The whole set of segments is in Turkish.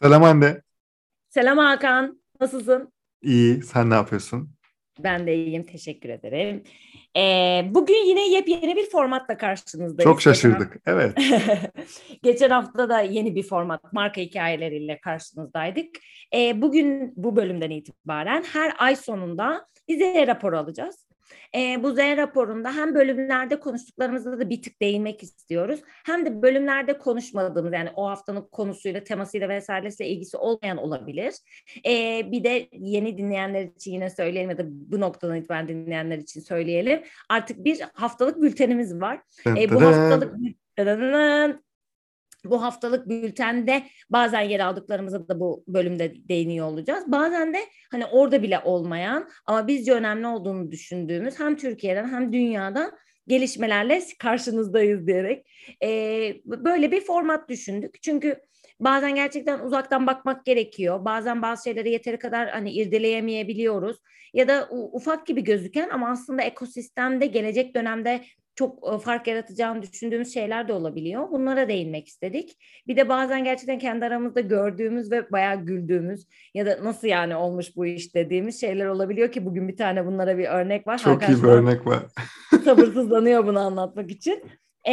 Selam anne. Selam Hakan, nasılsın? İyi. Sen ne yapıyorsun? Ben de iyiyim, teşekkür ederim. Bugün yine yepyeni bir formatla Çok karşınızdayız. şaşırdık. Evet. Geçen hafta da yeni bir format, marka hikayeleriyle karşınızdaydık. Bugün bu bölümden itibaren her ay sonunda bir Z raporu alacağız. Bu Z raporunda hem bölümlerde konuştuklarımızda da bir tık değinmek istiyoruz. Hem de bölümlerde konuşmadığımız yani o haftanın konusuyla, temasıyla vesairesiyle ilgisi olmayan olabilir. Bir de yeni dinleyenler için yine söyleyelim ya da bu noktadan itibaren dinleyenler için söyleyelim. Artık bir haftalık bültenimiz var. Dın dın Bu haftalık dın. bu haftalık bültende bazen yer aldıklarımıza da bu bölümde değiniyor olacağız. Bazen de hani orada bile olmayan ama bizce önemli olduğunu düşündüğümüz hem Türkiye'den hem dünyadan gelişmelerle karşınızdayız diyerek böyle bir format düşündük. Çünkü bazen gerçekten uzaktan bakmak gerekiyor. Bazen bazı şeyleri yeteri kadar hani irdeleyemeyebiliyoruz. Ya da ufak gibi gözüken ama aslında ekosistemde gelecek dönemde çok fark yaratacağını düşündüğümüz şeyler de olabiliyor. Bunlara değinmek istedik. Bir de bazen gerçekten kendi aramızda gördüğümüz ve bayağı güldüğümüz ya da nasıl yani olmuş bu iş dediğimiz şeyler olabiliyor ki bugün bir tane bunlara bir örnek var. Çok Hakan iyi bir şu an örnek var. sabırsızlanıyor bunu anlatmak için.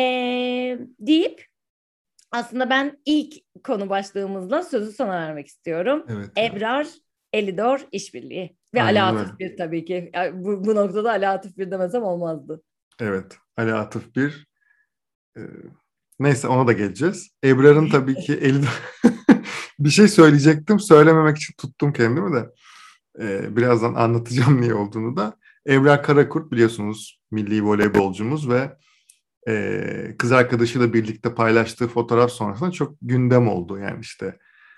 Deyip aslında ben ilk konu başlığımızla sözü sana vermek istiyorum. Evet ya. Ebrar, Elidor işbirliği ve Ali Aynen öyle. Atıf bir tabii ki. Yani bu noktada Ali Atıf bir demesem olmazdı. Evet. Ali Atıf bir. e, Neyse ona da geleceğiz. Ebrar'ın tabii ki eli bir şey söyleyecektim. Söylememek için tuttum kendimi de. Birazdan anlatacağım niye olduğunu da. Ebrar Karakurt biliyorsunuz milli voleybolcumuz ve kız arkadaşıyla birlikte paylaştığı fotoğraf sonrasında çok gündem oldu. Yani işte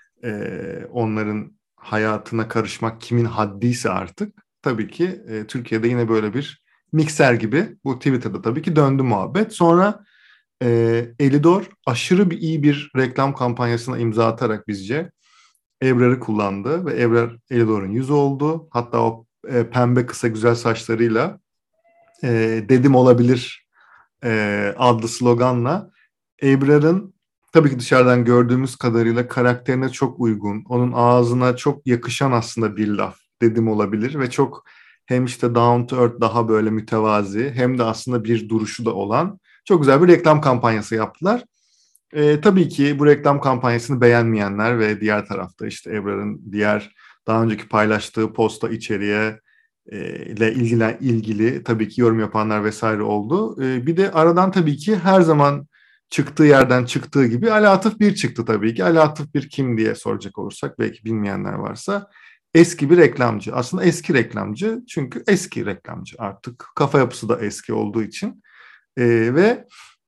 onların hayatına karışmak kimin haddiyse artık tabii ki Türkiye'de yine böyle bir mikser gibi bu Twitter'da tabii ki döndü muhabbet. Sonra Elidor aşırı iyi bir reklam kampanyasına imza atarak bizce Ebrar'ı kullandı ve Ebrar Elidor'un yüzü oldu. Hatta o pembe kısa güzel saçlarıyla dedim olabilir adlı sloganla Ebrar'ın tabii ki dışarıdan gördüğümüz kadarıyla karakterine çok uygun, onun ağzına çok yakışan aslında bir laf dedim olabilir ve çok hem işte down to earth daha böyle mütevazi hem de aslında bir duruşu da olan çok güzel bir reklam kampanyası yaptılar. Tabii ki bu reklam kampanyasını beğenmeyenler ve diğer tarafta işte Ebrar'ın diğer daha önceki paylaştığı posta içeriğe ile ilgili tabii ki yorum yapanlar vesaire oldu. Bir de aradan tabii ki her zaman çıktığı yerden çıktığı gibi Ali Atıf bir çıktı tabii ki. Ali Atıf bir kim diye soracak olursak belki bilmeyenler varsa eski bir reklamcı. Aslında eski reklamcı çünkü eski reklamcı artık kafa yapısı da eski olduğu için. Ve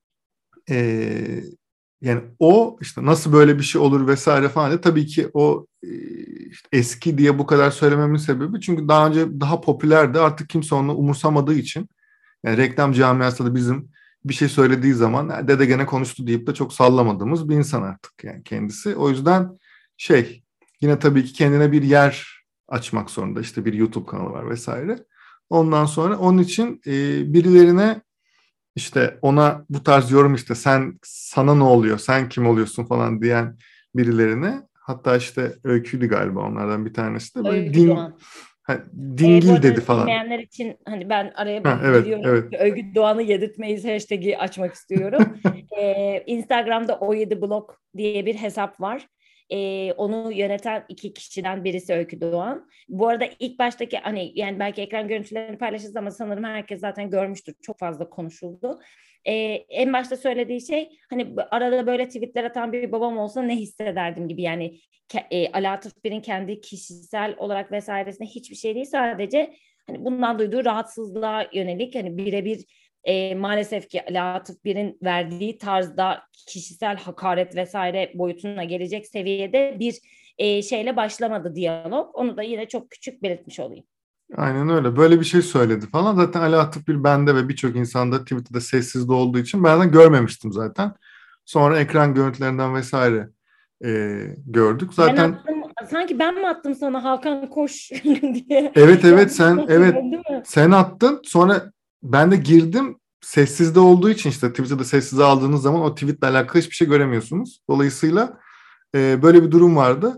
e, yani o işte nasıl böyle bir şey olur vesaire falan diye tabii ki o işte eski diye bu kadar söylememin sebebi çünkü daha önce daha popülerdi artık kimse onu umursamadığı için yani reklam camiasında da bizim bir şey söylediği zaman dede gene konuştu deyip de çok sallamadığımız bir insan artık yani kendisi. O yüzden şey yine tabii ki kendine bir yer açmak zorunda işte bir YouTube kanalı var vesaire. Ondan sonra onun için birilerine işte ona bu tarz yorum işte sen sana ne oluyor sen kim oluyorsun falan diyen birilerine hatta işte Öykü'ydü galiba onlardan bir tanesi de böyle Öykü Doğan. Bu dingil dedi arada falan. bilmeyenler için hani ben araya bir Ha, evet giriyorum. evet. Öykü Doğan'ı yedirtmeyiz hashtag'i açmak istiyorum. Instagram'da O7 Blog diye bir hesap var. Onu yöneten iki kişiden birisi Öykü Doğan. Bu arada ilk baştaki hani yani belki ekran görüntülerini paylaşırız ama sanırım herkes zaten görmüştür. Çok fazla konuşuldu. En başta söylediği şey hani arada böyle tweetler atan bir babam olsa ne hissederdim gibi yani Ali Atıf Bir'in kendi kişisel olarak vesairesine hiçbir şey değil. Sadece hani bundan duyduğu rahatsızlığa yönelik hani birebir maalesef ki Ali Atıf Bir'in verdiği tarzda kişisel hakaret vesaire boyutuna gelecek seviyede bir şeyle başlamadı diyalog. Onu da yine çok küçük belirtmiş olayım. Aynen öyle. Böyle bir şey söyledi falan. Zaten Ali Atıf bir bende ve birçok insanda Twitter'da sessizde olduğu için ben de görmemiştim zaten. Sonra ekran görüntülerinden vesaire gördük. Ben Zaten attım sanki ben mi attım sana Hakan koş diye evet evet yanlış sen evet hatırlıyorum değil mi? sen attın. Sonra ben de girdim. Sessizde olduğu için işte Twitter'da sessize aldığınız zaman o tweetle alakalı hiçbir şey göremiyorsunuz. Dolayısıyla Böyle bir durum vardı.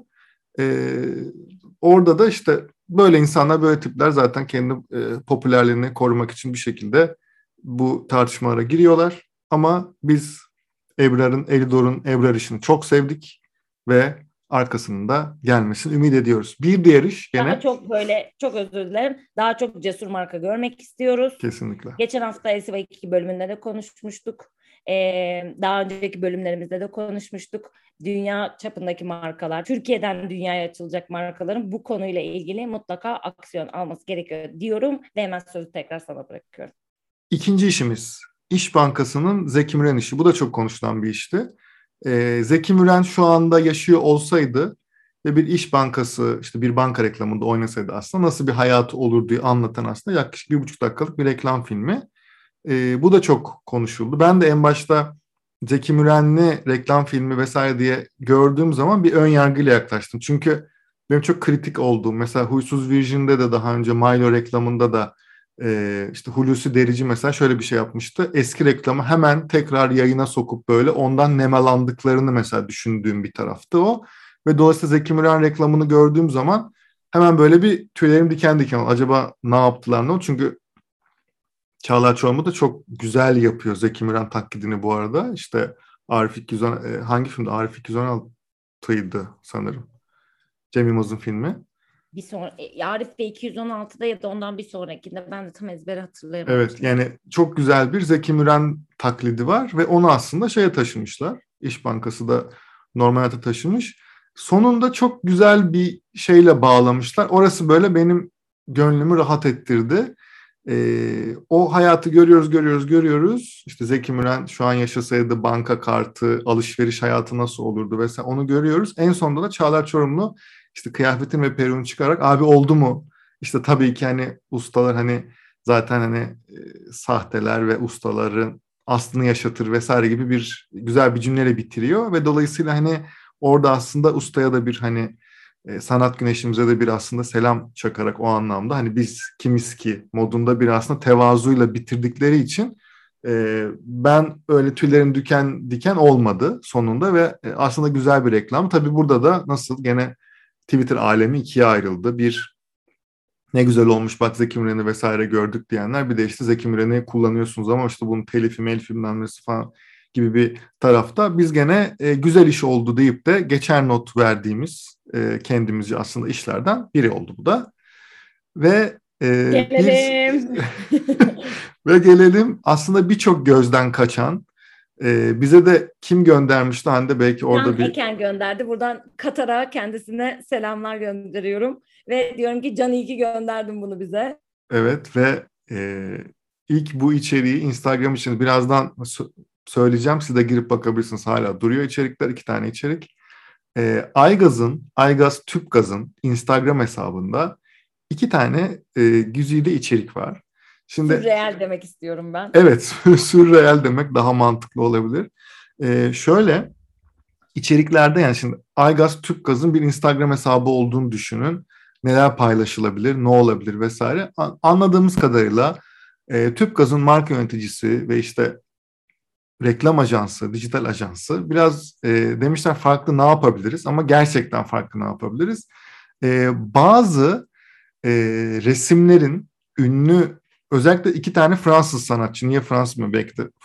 Orada da işte böyle insanlar, böyle tipler zaten kendi popülerliğini korumak için bir şekilde bu tartışmalara giriyorlar. Ama biz Elidor'un Ebrar işini çok sevdik ve arkasının da gelmesini ümit ediyoruz. Bir diğer iş Daha gene çok böyle, çok özür dilerim, daha çok cesur marka görmek istiyoruz. kesinlikle. Geçen hafta SVA 2 bölümünde de konuşmuştuk. Daha önceki bölümlerimizde de konuşmuştuk. Dünya çapındaki markalar, Türkiye'den dünyaya açılacak markaların bu konuyla ilgili mutlaka aksiyon alması gerekiyor diyorum ve hemen sözü tekrar sana bırakıyorum. İkinci işimiz İş Bankası'nın Zeki Müren işi. Bu da çok konuşulan bir işti. Zeki Müren şu anda yaşıyor olsaydı ve bir İş Bankası, işte bir banka reklamında oynasaydı aslında nasıl bir hayatı olurdu anlatan aslında yaklaşık 1,5 dakikalık bir reklam filmi. Bu da çok konuşuldu. Ben de en başta Zeki Mürenli reklam filmi vesaire diye gördüğüm zaman bir ön yargıyla yaklaştım. Çünkü benim çok kritik olduğum, mesela Huysuz Virgin'de de daha önce Milo reklamında da işte Hulusi Derici mesela şöyle bir şey yapmıştı. Eski reklamı hemen tekrar yayına sokup böyle ondan nemalandıklarını mesela düşündüğüm bir taraftı o. Ve dolayısıyla Zeki Müren reklamını gördüğüm zaman hemen böyle bir tüylerim diken diken oldu. Acaba ne yaptılar, ne oldu? Çünkü Çağlar Çorumlu da çok güzel yapıyor Zeki Müren taklidini bu arada. İşte Arif 216, hangi filmde? Arif 216'ydı sanırım. Cem Yılmaz'ın filmi. Bir sonra Arif Bey 216'da ya da ondan bir sonrakinde, ben de tam ezbere hatırlayamadım. Evet, yani çok güzel bir Zeki Müren taklidi var ve onu aslında şeye taşımışlar. İş Bankası da normal hayata taşımış. Sonunda çok güzel bir şeyle bağlamışlar. Orası böyle benim gönlümü rahat ettirdi. O hayatı görüyoruz. İşte Zeki Müren şu an yaşasaydı banka kartı, alışveriş hayatı nasıl olurdu vesaire, onu görüyoruz. En sonunda da Çağlar Çorumlu işte kıyafetin ve peruğunu çıkararak abi oldu mu? İşte tabii ki hani ustalar hani zaten hani sahteler ve ustaların aslını yaşatır vesaire gibi bir güzel bir cümleyle bitiriyor ve dolayısıyla hani orada aslında ustaya da bir hani sanat güneşimize de bir aslında selam çakarak o anlamda hani biz kimiz ki modunda bir aslında tevazuyla bitirdikleri için ben öyle tüylerim diken diken olmadı sonunda ve aslında güzel bir reklam. Tabii burada da nasıl gene Twitter alemi ikiye ayrıldı. Bir ne güzel olmuş bak Zeki Müren'i vesaire gördük diyenler, bir de işte Zeki Müren'i kullanıyorsunuz ama işte bunun telifi melfi falan gibi bir tarafta. Biz gene güzel iş oldu deyip de geçer not verdiğimiz kendimizce aslında işlerden biri oldu bu da. Ve Gelelim. ve gelelim aslında birçok gözden kaçan, bize de kim göndermişti Hande, belki orada Can bir... Eken gönderdi. Buradan Katar'a kendisine selamlar gönderiyorum. Ve diyorum ki Can, iyi ki gönderdin bunu bize. Evet ve ilk bu içeriği Instagram için birazdan söyleyeceğim. Siz de girip bakabilirsiniz. Hala duruyor içerikler. 2 tane içerik. Aygaz Tüpgaz'ın Instagram hesabında 2 tane güzide içerik var. Şimdi Sürreel demek istiyorum ben. evet, sürreel demek daha mantıklı olabilir. Şöyle içeriklerde, yani şimdi Aygaz Tüpgaz'ın bir Instagram hesabı olduğunu düşünün. Neler paylaşılabilir, ne olabilir vesaire. Anladığımız kadarıyla Tüpgaz'ın marka yöneticisi ve işte reklam ajansı, dijital ajansı biraz demişler farklı ne yapabiliriz, ama gerçekten farklı ne yapabiliriz. Bazı resimlerin ünlü, özellikle 2 tane Fransız sanatçı, niye Fransız mı, belki de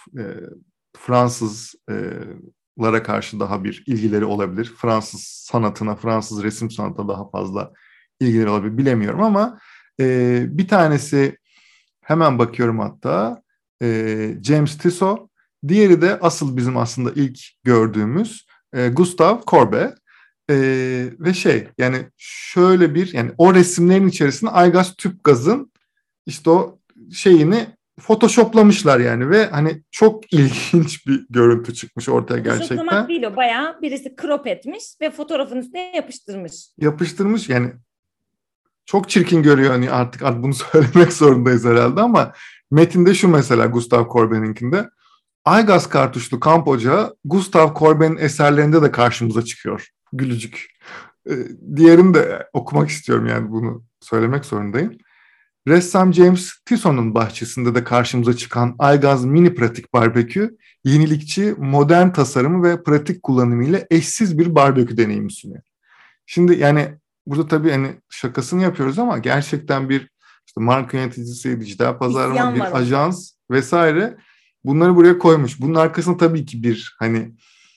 Fransızlara karşı daha bir ilgileri olabilir. Fransız sanatına, Fransız resim sanatına daha fazla ilgileri olabilir, bilemiyorum ama bir tanesi, hemen bakıyorum hatta, James Tissot, diğeri de asıl bizim aslında ilk gördüğümüz Gustave Courbet. Ve yani şöyle bir, yani o resimlerin içerisinde Aygaz Tüpgaz'ın işte o şeyini photoshoplamışlar yani ve hani çok ilginç bir görüntü çıkmış ortaya Photoshoplamak gerçekten. değil o, bayağı birisi crop etmiş ve fotoğrafın üstüne yapıştırmış. Yapıştırmış yani, çok çirkin görüyor hani, artık bunu söylemek zorundayız herhalde, ama metinde şu mesela Gustave Courbet'inkinde: Aygaz kartuşlu kamp ocağı Gustave Courbet'in eserlerinde de karşımıza çıkıyor. Gülücük. Diğerini de okumak istiyorum, yani bunu söylemek zorundayım. Ressam James Tissot'un bahçesinde de karşımıza çıkan Aygaz Mini Pratik Barbekü, yenilikçi, modern tasarımı ve pratik kullanımıyla eşsiz bir barbekü deneyimi sunuyor. Şimdi yani burada tabii hani şakasını yapıyoruz ama gerçekten bir işte marka yöneticisi, dijital pazarlama, İsyan var bir orada. ajans vesaire bunları buraya koymuş. Bunun arkasında tabii ki bir hani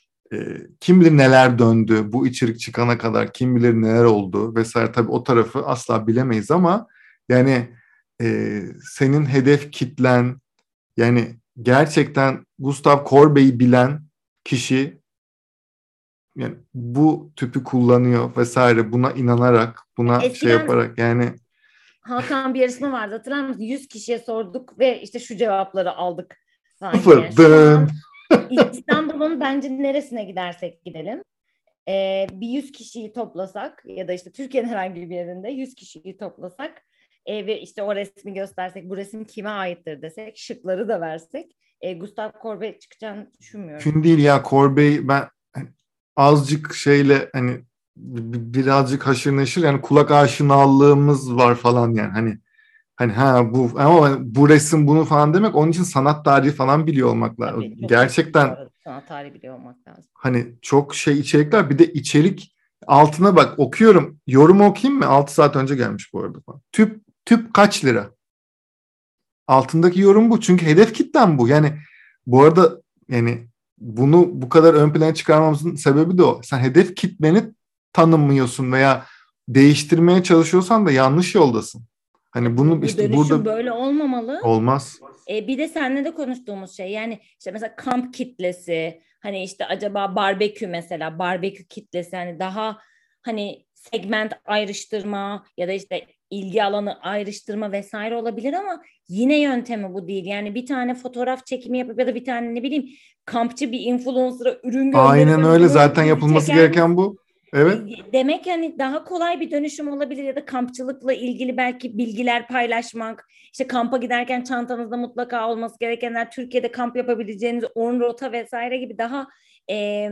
kim bilir neler döndü bu içerik çıkana kadar, kim bilir neler oldu vesaire, tabii o tarafı asla bilemeyiz ama yani senin hedef kitlen, yani gerçekten Gustav Korbey'i bilen kişi yani bu tüpü kullanıyor vesaire, buna inanarak, buna şey Eskiden yaparak yani Hakan bir yarışma vardı, hatırlar mısın? 100 kişiye sorduk ve işte şu cevapları aldık sanki. Yani sıfır şu dın. an İstanbul'un bence neresine gidersek gidelim. Bir 100 kişiyi toplasak ya da işte Türkiye'nin herhangi bir yerinde 100 kişiyi toplasak ve işte o resmi göstersek, bu resim kime aittir desek, şıkları da versek Gustav Korbet çıkacağını düşünmüyorum. Mümkün değil ya Korbey, ben hani azıcık şeyle hani birazcık haşır neşir yani kulak aşinalığımız var falan yani hani ha bu ama hani bu resim bunu falan demek, onun için sanat tarihi falan biliyor olmak lazım. Tabii çok kritik bu Gerçekten arada. Sanat tarihi biliyor olmak lazım. hani çok şey içerikler, bir de içerik altına bak, okuyorum, yorumu okuyayım mı? 6 saat önce gelmiş bu arada falan. Tüp kaç lira? Altındaki yorum bu. Çünkü hedef kitlen bu. Yani bu arada yani bunu bu kadar ön plana çıkarmamızın sebebi de o. Sen hedef kitleni tanımlıyorsun veya değiştirmeye çalışıyorsan da yanlış yoldasın. Hani bunu Bu işte burada dönüşüm böyle olmamalı. olmaz. Bir de seninle de konuştuğumuz şey, yani işte mesela kamp kitlesi, hani işte acaba barbekü, mesela barbekü kitlesi, hani daha hani segment ayrıştırma ya da işte ilgi alanı ayrıştırma vesaire olabilir ama yine yöntemi bu değil. Yani bir tane fotoğraf çekimi yapıp ya da bir tane ne bileyim kampçı bir influencer'a ürün gönderip Aynen hani öyle. bunun Zaten videosunu yapılması çeker gereken misin? bu. Evet. Demek yani daha kolay bir dönüşüm olabilir ya da kampçılıkla ilgili belki bilgiler paylaşmak, işte kampa giderken çantanızda mutlaka olması gerekenler, Türkiye'de kamp yapabileceğiniz 10 rota vesaire gibi daha e,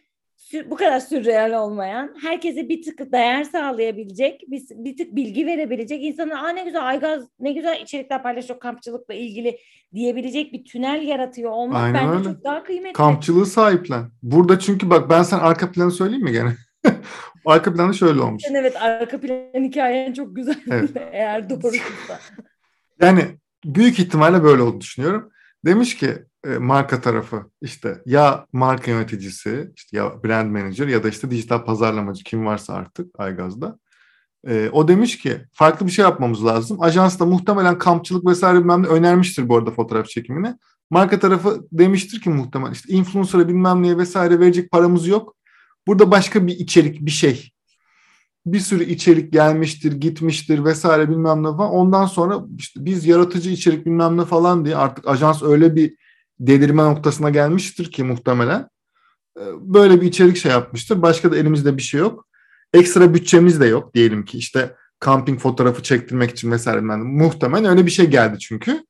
bu kadar sürreal olmayan, herkese bir tık değer sağlayabilecek, bir tık bilgi verebilecek, insanlar ne güzel Aygaz ne güzel içerikler paylaşıyor kampçılıkla ilgili diyebilecek bir tünel yaratıyor olmak Aynen bence öyle. çok daha kıymetli. Kampçılığı sahiplen. Burada çünkü bak, ben sen arka planı söyleyeyim mi gene? Arka planı şöyle olmuş. Sen evet, arka plan hikayen çok güzel Evet. eğer doğruysa. Yani büyük ihtimalle böyle olduğunu düşünüyorum. Demiş ki marka tarafı, işte ya marka yöneticisi, işte ya brand manager ya da işte dijital pazarlamacı, kim varsa artık Aygaz'da. O demiş ki farklı bir şey yapmamız lazım. Ajans da muhtemelen kampçılık vesaire bilmem ne önermiştir bu arada fotoğraf çekimini. Marka tarafı demiştir ki muhtemelen işte influencer'a bilmem neye vesaire verecek paramız yok. Burada başka bir içerik, bir şey, bir sürü içerik gelmiştir, gitmiştir vesaire bilmem ne falan. Ondan sonra işte biz yaratıcı içerik bilmem ne falan diye artık ajans öyle bir delirme noktasına gelmiştir ki muhtemelen böyle bir içerik şey yapmıştır. Başka da elimizde bir şey yok. Ekstra bütçemiz de yok diyelim ki, işte kamping fotoğrafı çektirmek için vesaire bilmem ne. Muhtemelen öyle bir şey geldi çünkü.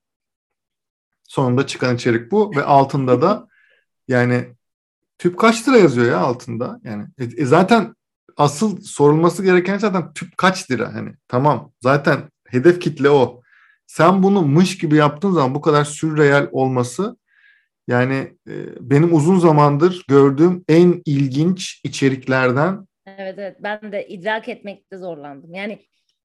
Sonunda çıkan içerik bu ve altında da yani tüp kaç lira yazıyor ya altında. Yani zaten asıl sorulması gereken zaten tüp kaç lira, hani tamam zaten hedef kitle o. Sen bunu mış gibi yaptığın zaman bu kadar sürreel olması yani benim uzun zamandır gördüğüm en ilginç içeriklerden. Evet, evet, ben de idrak etmekte zorlandım. Yani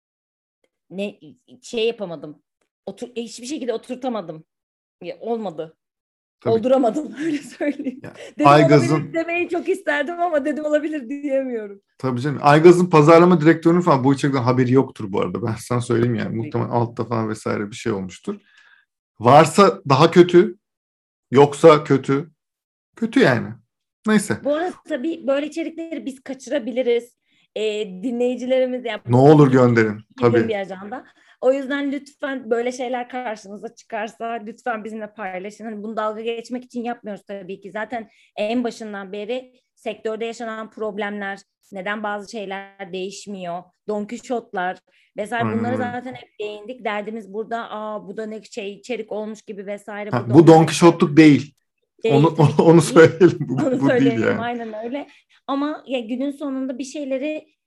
ne şey yapamadım. Hiçbir şekilde oturtamadım. Olmadı. Tabii Olduramadım öyle söyleyeyim. yani Dedim olabilir Aygaz'ın, demeyi çok isterdim ama dedim olabilir diyemiyorum. tabii canım, Aygaz'ın pazarlama direktörünün falan bu içerikten haberi yoktur bu arada. Ben sana söyleyeyim yani. Büyük Muhtemelen ihtimal. altta falan vesaire bir şey olmuştur. Varsa daha kötü, yoksa kötü. Kötü yani. Neyse. Bu arada tabii böyle içerikleri biz kaçırabiliriz. Dinleyicilerimiz, yani Ne bu tabii olur ki gönderin. hidden Tabii. bir ajanda. O yüzden lütfen böyle şeyler karşınıza çıkarsa lütfen bizimle paylaşın. Hani bunu dalga geçmek için yapmıyoruz tabii ki. Zaten en başından beri sektörde yaşanan problemler, neden bazı şeyler değişmiyor, Don Kişotlar vesaire, Aynen bunları öyle. zaten hep değindik. Derdimiz burada bu da ne şey içerik olmuş gibi vesaire, Ha, burada bu onlar Don vesaire Kişotluk değil. değil, tabii ki Onu değil. söyleyelim. Bu, Onu bu değil söyleyelim, yani. aynen öyle. Ama ya günün sonunda bir şeyleri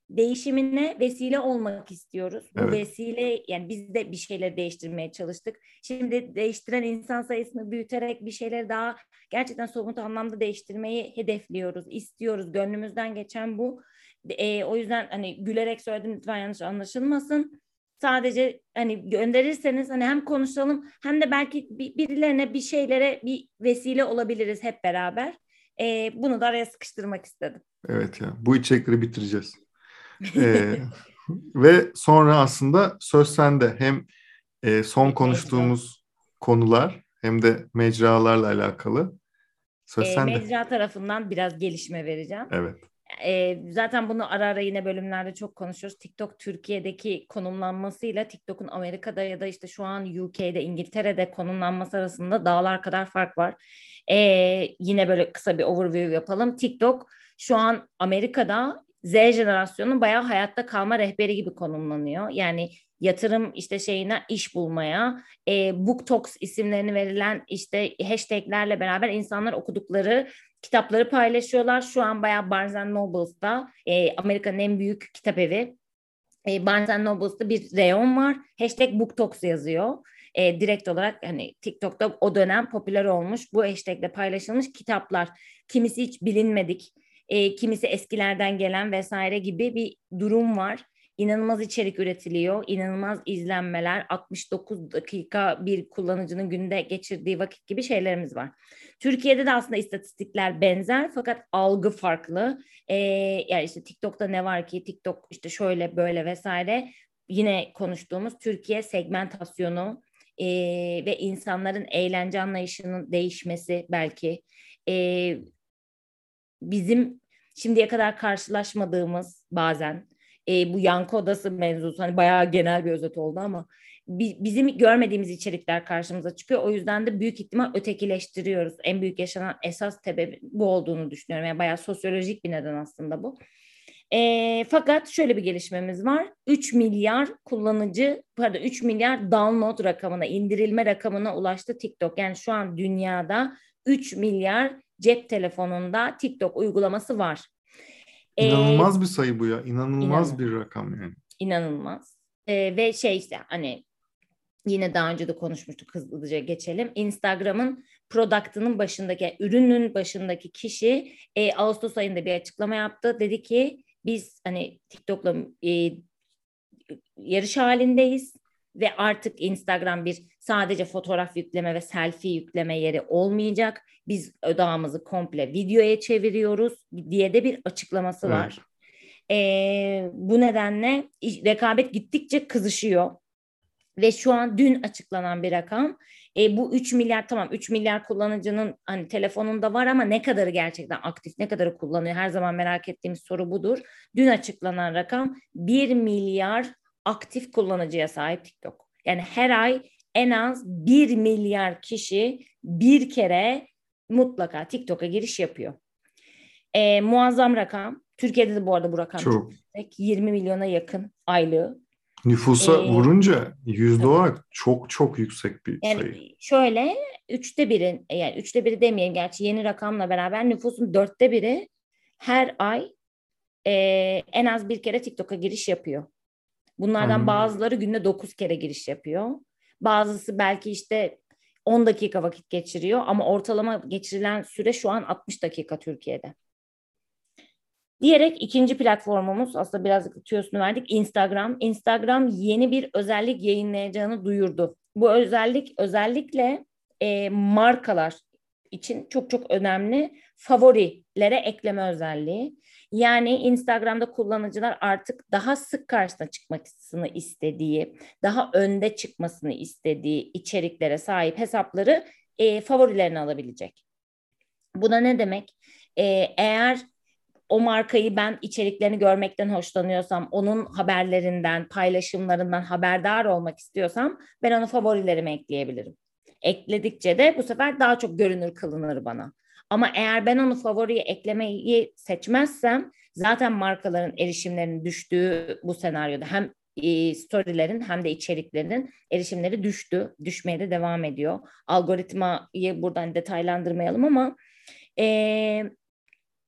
değişimine vesile olmak istiyoruz. Bu Evet. vesile, yani biz de bir şeyleri değiştirmeye çalıştık. Şimdi değiştiren insan sayısını büyüterek bir şeyleri daha gerçekten somut anlamda değiştirmeyi hedefliyoruz, istiyoruz. Gönlümüzden geçen bu. O yüzden hani gülerek söyledim, lütfen yanlış anlaşılmasın. Sadece hani gönderirseniz hani hem konuşalım hem de belki birilerine, bir şeylere bir vesile olabiliriz hep beraber. Bunu da araya sıkıştırmak istedim. Evet ya. Bu içerikleri bitireceğiz. Ee, ve sonra aslında söz sende. Hem son Mecra. konuştuğumuz konular hem de mecralarla alakalı. Söz sende. Mecra tarafından biraz gelişme vereceğim. Evet. Zaten bunu ara ara yine bölümlerde çok konuşuyoruz. TikTok Türkiye'deki konumlanmasıyla TikTok'un Amerika'da ya da işte şu an UK'de, İngiltere'de konumlanması arasında dağlar kadar fark var. Yine böyle kısa bir overview yapalım. TikTok şu an Amerika'da Z jenerasyonunun bayağı hayatta kalma rehberi gibi konumlanıyor. Yani yatırım işte şeyine, iş bulmaya, BookToks isimlerini verilen işte hashtaglerle beraber insanlar okudukları kitapları paylaşıyorlar. Şu an bayağı Barnes Nobles'ta, Amerika'nın en büyük kitap evi, Barnes Nobles'ta bir reyon var. Hashtag BookToks yazıyor. Direkt olarak hani TikTok'ta o dönem popüler olmuş, bu hashtagle paylaşılmış kitaplar. Kimisi hiç bilinmedik, kimisi eskilerden gelen vesaire gibi bir durum var. İnanılmaz içerik üretiliyor, inanılmaz izlenmeler, 69 dakika bir kullanıcının günde geçirdiği vakit gibi şeylerimiz var. Türkiye'de de aslında istatistikler benzer fakat algı farklı. Yani işte TikTok'ta ne var ki, TikTok işte şöyle böyle vesaire, yine konuştuğumuz Türkiye segmentasyonu ve insanların eğlence anlayışının değişmesi belki bizim şimdiye kadar karşılaşmadığımız bazen bu yankı odası mevzusu, hani bayağı genel bir özet oldu ama bizim görmediğimiz içerikler karşımıza çıkıyor. O yüzden de büyük ihtimal ötekileştiriyoruz. En büyük yaşanan esas sebebi bu olduğunu düşünüyorum. Yani bayağı sosyolojik bir neden aslında bu. Fakat şöyle bir gelişmemiz var. 3 milyar kullanıcı, pardon 3 milyar download rakamına, indirilme rakamına ulaştı TikTok. Yani şu an dünyada 3 milyar cep telefonunda TikTok uygulaması var. Ee, İnanılmaz bir sayı bu ya. İnanılmaz bir inanılmaz, rakam yani. inanılmaz. Ve şey işte hani yine daha önce de konuşmuştuk, hızlıca geçelim. Instagram'ın product'ının başındaki, yani ürünün başındaki kişi Ağustos ayında bir açıklama yaptı. Dedi ki biz hani TikTok'la yarış halindeyiz ve artık Instagram bir sadece fotoğraf yükleme ve selfie yükleme yeri olmayacak. Biz odağımızı komple videoya çeviriyoruz diye de bir açıklaması Evet. var. Bu nedenle rekabet gittikçe kızışıyor. Ve şu an dün açıklanan bir rakam. Bu 3 milyar, tamam 3 milyar kullanıcının hani telefonunda var ama ne kadarı gerçekten aktif, ne kadarı kullanıyor? Her zaman merak ettiğimiz soru budur. Dün açıklanan rakam 1 milyar aktif kullanıcıya sahip TikTok. Yani her ay en az 1 milyar kişi bir kere mutlaka TikTok'a giriş yapıyor. Muazzam rakam. Türkiye'de de bu arada bu rakam çok Çok. yüksek. 20 milyona yakın aylığı. Nüfusa Ee, vurunca yüzde tabii. olarak çok çok yüksek bir sayı. Yani şöyle, üçte biri, yani üçte biri demeyelim gerçi, yeni rakamla beraber nüfusun dörtte biri her ay e, en az bir kere TikTok'a giriş yapıyor. Bunlardan Anladım. bazıları günde 9 kere giriş yapıyor. Bazısı belki işte 10 dakika vakit geçiriyor ama ortalama geçirilen süre şu an 60 dakika Türkiye'de. Diyerek ikinci platformumuz, aslında biraz tüyosunu verdik, Instagram. Instagram yeni bir özellik yayınlayacağını duyurdu. Bu özellik özellikle markalar için çok çok önemli, favorilere ekleme özelliği. Yani Instagram'da kullanıcılar artık daha sık karşısına çıkmasını istediği, daha önde çıkmasını istediği içeriklere sahip hesapları favorilerine alabilecek. Bu da ne demek? Eğer o markayı ben içeriklerini görmekten hoşlanıyorsam, onun haberlerinden, paylaşımlarından haberdar olmak istiyorsam ben onu favorilerime ekleyebilirim. Ekledikçe de bu sefer daha çok görünür kılınır bana. Ama eğer ben onu favoriye eklemeyi seçmezsem zaten markaların erişimlerinin düştüğü bu senaryoda hem storylerin hem de içeriklerin erişimleri düştü. Düşmeye de devam ediyor. Algoritmayı buradan detaylandırmayalım ama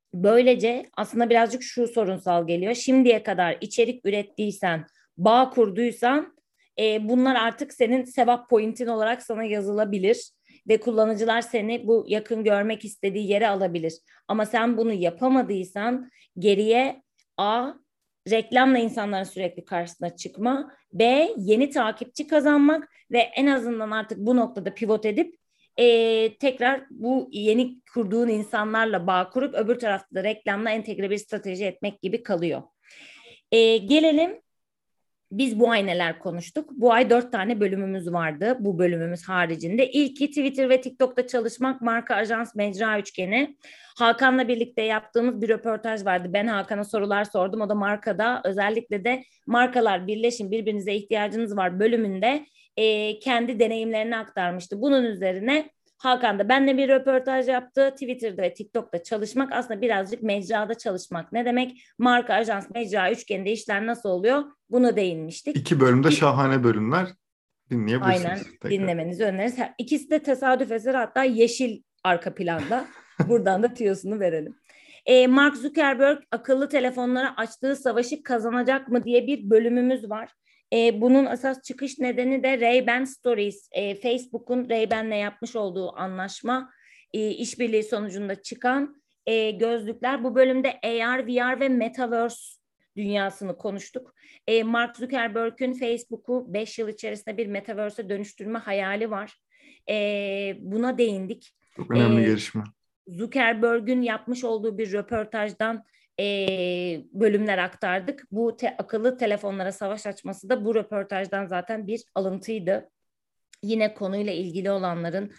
Böylece aslında birazcık şu sorunsal geliyor. Şimdiye kadar içerik ürettiysen, bağ kurduysan bunlar artık senin sevap pointin olarak sana yazılabilir ve kullanıcılar seni bu yakın görmek istediği yere alabilir. Ama sen bunu yapamadıysan geriye A, reklamla insanların sürekli karşısına çıkma, B, yeni takipçi kazanmak ve en azından artık bu noktada pivot edip tekrar bu yeni kurduğun insanlarla bağ kurup öbür tarafta da reklamla entegre bir strateji etmek gibi kalıyor. Gelelim, biz bu ay neler konuştuk? Bu ay 4 tane bölümümüz vardı. Bu bölümümüz haricinde. İlki Twitter ve TikTok'ta çalışmak, marka, ajans, mecra üçgeni. Hakan'la birlikte yaptığımız bir röportaj vardı. Ben Hakan'a sorular sordum. O da markada, özellikle de markalar birleşin, birbirinize ihtiyacınız var bölümünde kendi deneyimlerini aktarmıştı. Bunun üzerine Hakan da benimle bir röportaj yaptı. Twitter'da ve TikTok'ta çalışmak aslında birazcık mecrada çalışmak. Ne demek? Marka, ajans, mecra üçgeninde işler nasıl oluyor? Buna değinmiştik. 2 bölümde şahane bölümler, dinleyebilirsiniz. Aynen, tekrar dinlemenizi öneririz. İkisi de tesadüf eseri, hatta yeşil arka planda. Buradan da tüyosunu verelim. Mark Zuckerberg akıllı telefonlara açtığı savaşı kazanacak mı diye bir bölümümüz var. Bunun esas çıkış nedeni de Ray-Ban Stories. Facebook'un Ray-Ban'le yapmış olduğu anlaşma, işbirliği sonucunda çıkan gözlükler. Bu bölümde AR, VR ve Metaverse dünyasını konuştuk. Mark Zuckerberg'ün Facebook'u 5 yıl içerisinde bir Metaverse'e dönüştürme hayali var. Buna değindik. Çok önemli gelişme. Zuckerberg'ün yapmış olduğu bir röportajdan bölümler aktardık. Bu akıllı telefonlara savaş açması da bu röportajdan zaten bir alıntıydı. Yine konuyla ilgili olanların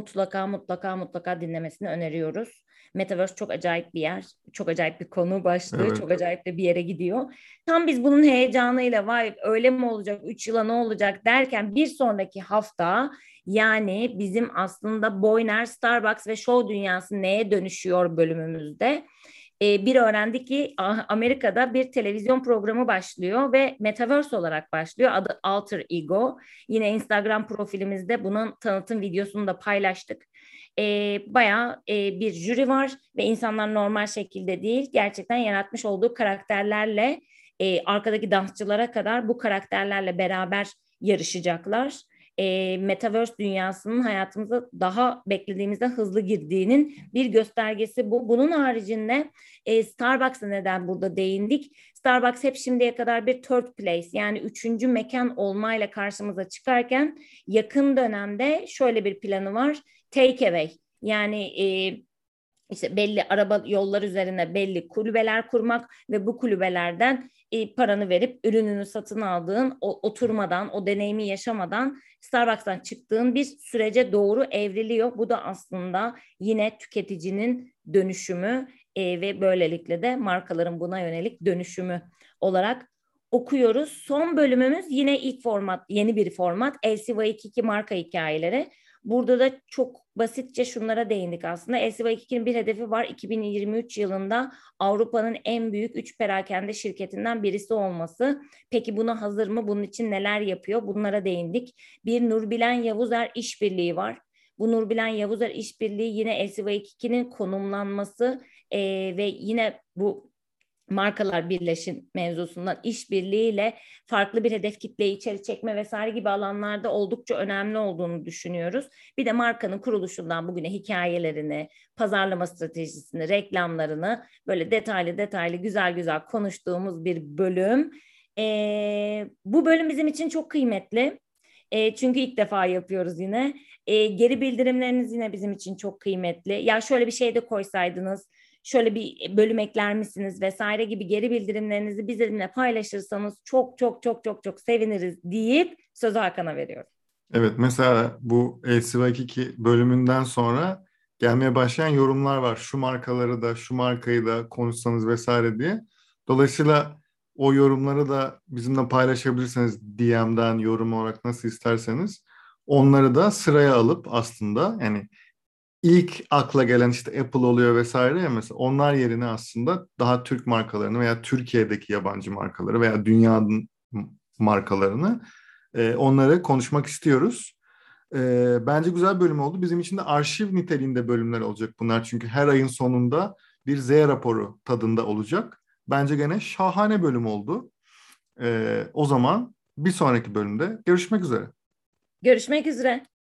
mutlaka dinlemesini öneriyoruz. Metaverse çok acayip bir yer. Çok acayip bir konu başlığı. Evet. Çok acayip de bir yere gidiyor. Tam biz bunun heyecanıyla vay öyle mi olacak, 3 yıla ne olacak derken bir sonraki hafta, yani bizim aslında Boyner, Starbucks ve Show dünyası neye dönüşüyor bölümümüzde bir öğrendik ki Amerika'da bir televizyon programı başlıyor ve Metaverse olarak başlıyor. Adı Alter Ego. Yine Instagram profilimizde bunun tanıtım videosunu da paylaştık. Bayağı bir jüri var ve insanlar normal şekilde değil, gerçekten yaratmış olduğu karakterlerle arkadaki dansçılara kadar bu karakterlerle beraber yarışacaklar. Metaverse dünyasının hayatımıza daha beklediğimizde hızlı girdiğinin bir göstergesi bu. Bunun haricinde Starbucks'a neden burada değindik? Starbucks hep şimdiye kadar bir third place, yani 3. mekan olmayla karşımıza çıkarken yakın dönemde şöyle bir planı var. Take away, yani işte belli araba yolları üzerine belli kulübeler kurmak ve bu kulübelerden paranı verip ürününü satın aldığın, oturmadan, o deneyimi yaşamadan Starbucks'tan çıktığın bir sürece doğru evriliyor. Bu da aslında yine tüketicinin dönüşümü ve böylelikle de markaların buna yönelik dönüşümü olarak okuyoruz. Son bölümümüz yine ilk format, yeni bir format. LCY22 marka hikayeleri. Burada da çok basitçe şunlara değindik aslında. LCY22'nin bir hedefi var. 2023 yılında Avrupa'nın en büyük 3 perakende şirketinden birisi olması. Peki buna hazır mı? Bunun için neler yapıyor? Bunlara değindik. Bir Nurbilen Yavuzer işbirliği var. Bu Nurbilen Yavuzer işbirliği yine LCY22'nin konumlanması ve yine bu markalar birleşim mevzusundan işbirliğiyle farklı bir hedef kitleyi içeri çekme vesaire gibi alanlarda oldukça önemli olduğunu düşünüyoruz. Bir de markanın kuruluşundan bugüne hikayelerini, pazarlama stratejisini, reklamlarını böyle detaylı güzel konuştuğumuz bir bölüm. Bu bölüm bizim için çok kıymetli. Çünkü ilk defa yapıyoruz yine. Geri bildirimleriniz yine bizim için çok kıymetli. Ya şöyle bir şey de koysaydınız, şöyle bir bölüm ekler misiniz vesaire gibi geri bildirimlerinizi bizimle paylaşırsanız çok seviniriz deyip sözü Hakan'a veriyorum. Evet, mesela bu LCY22 bölümünden sonra gelmeye başlayan yorumlar var. Şu markaları da, şu markayı da konuşsanız vesaire diye. Dolayısıyla o yorumları da bizimle paylaşabilirsiniz, DM'den, yorum olarak nasıl isterseniz. Onları da sıraya alıp aslında, yani ilk akla gelen işte Apple oluyor vesaire ya, mesela onlar yerine aslında daha Türk markalarını veya Türkiye'deki yabancı markaları veya dünyanın markalarını onları konuşmak istiyoruz. Bence güzel bölüm oldu. Bizim için de arşiv niteliğinde bölümler olacak bunlar. Çünkü her ayın sonunda bir Z raporu tadında olacak. Bence gene şahane bölüm oldu. O zaman bir sonraki bölümde görüşmek üzere. Görüşmek üzere.